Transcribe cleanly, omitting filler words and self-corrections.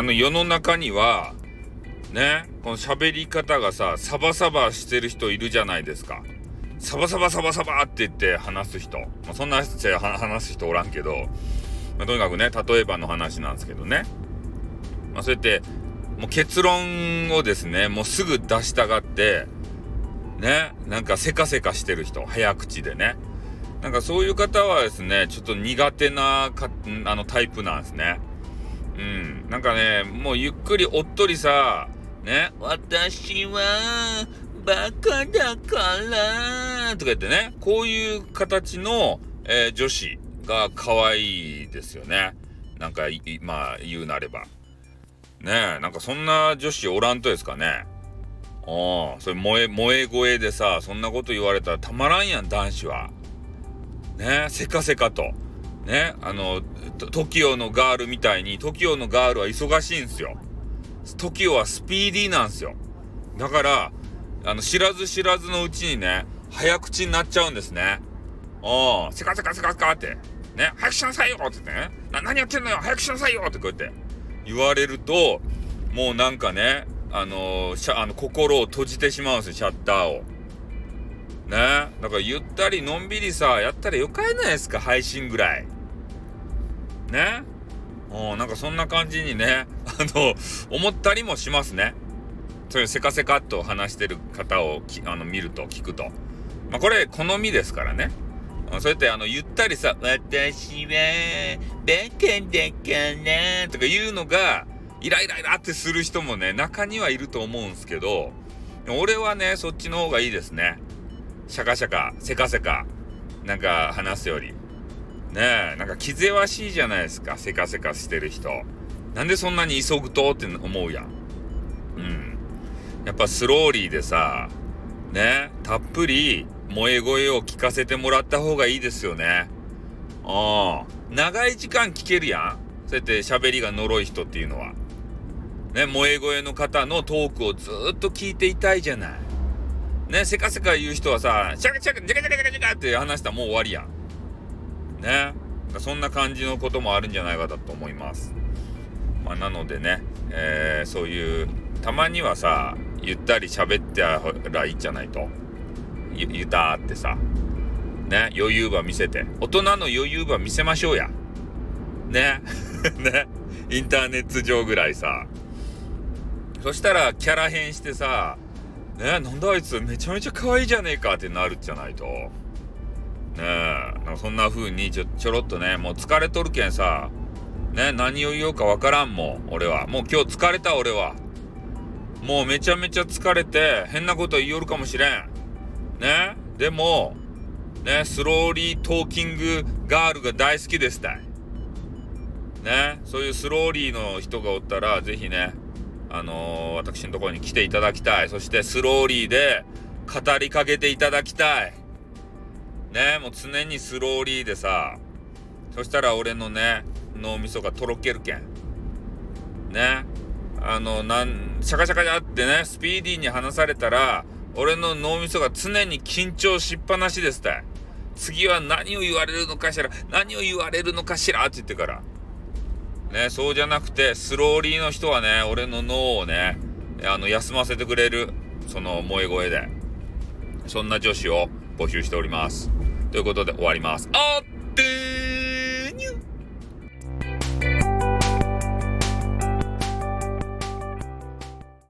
世の中にはね、この喋り方がさ、サバサバしてる人いるじゃないですか。サバサバサバサバって言って話す人、そんな人話す人おらんけど、とにかくね、例えばの話なんですけどね、そうやってもう結論をですね、もうすぐ出したがってね、なんかせかせかしてる人、早口でね、なんかそういう方はですね、ちょっと苦手なタイプなんですね。なんかね、もうゆっくりおっとりさ、ね、私はバカだからとか言ってね、こういう形の、女子が可愛いですよね。なんかまあ言うなればね、なんかそんな女子おらんとですかね。それ萌え声でさ、そんなこと言われたらたまらんやん、男子はね。せかせかとね、TOKIO のガールみたいに、TOKIO のガールは忙しいんですよ。TOKIO はスピーディーなんですよ。だから知らず知らずのうちにね、早口になっちゃうんですね。せかせかせかせかってね、早くしなさいよってね、何やってんのよ、早くしなさいよってこうやって言われると、もうなんかね、心を閉じてしまうんですよ、シャッターをね。だからゆったりのんびりさ、やったらよかいないですか、配信ぐらいね。なんかそんな感じにね、思ったりもしますね。そういうせかせかっと話してる方を見ると、聞くと、これ好みですからね。そうやってゆったりさ、私はバカだからとか言うのがイライラってする人もね、中にはいると思うんですけど、俺はね、そっちの方がいいですね。シャカシャカせかせかなんか話すよりね。なんか気ぜわしいじゃないですか、せかせかしてる人。なんでそんなに急ぐとって思うやん。やっぱスローリーでさね、たっぷり萌え声を聞かせてもらった方がいいですよね。長い時間聞けるやん、そうやって喋りがのろい人っていうのはね。萌え声の方のトークをずっと聞いていたいじゃないね。せかせか言う人はさ、シャカシャカジャカジャカジャカジャカって話したらもう終わりやんね。そんな感じのこともあるんじゃないかと思います。なのでね、そういうたまにはさ、ゆったり喋ってらいいんじゃないと。ゆたーってさね、余裕ば見せて、大人の余裕ば見せましょうやねね、インターネット上ぐらいさ。そしたらキャラ変してさね、なんだあいつめちゃめちゃ可愛いじゃねえかってなるじゃないとね。なんかそんな風にちょろっとね、もう疲れとるけんさね、何を言おうかわからん。もう俺はもう今日疲れた。俺はもうめちゃめちゃ疲れて変なこと言いよるかもしれんね。でもね、スローリートーキングガールが大好きですたいね。そういうスローリーの人がおったらぜひね、私のところに来ていただきたい。そしてスローリーで語りかけていただきたいね。もう常にスローリーでさ、そしたら俺のね、脳みそがとろけるけんね。シャカシャカやってね、スピーディーに話されたら俺の脳みそが常に緊張しっぱなしですたい。次は何を言われるのかしらって言ってからね。そうじゃなくてスローリーの人はね、俺の脳をね、休ませてくれる、その萌え声で。そんな女子を募集しております。ということで終わります。あってー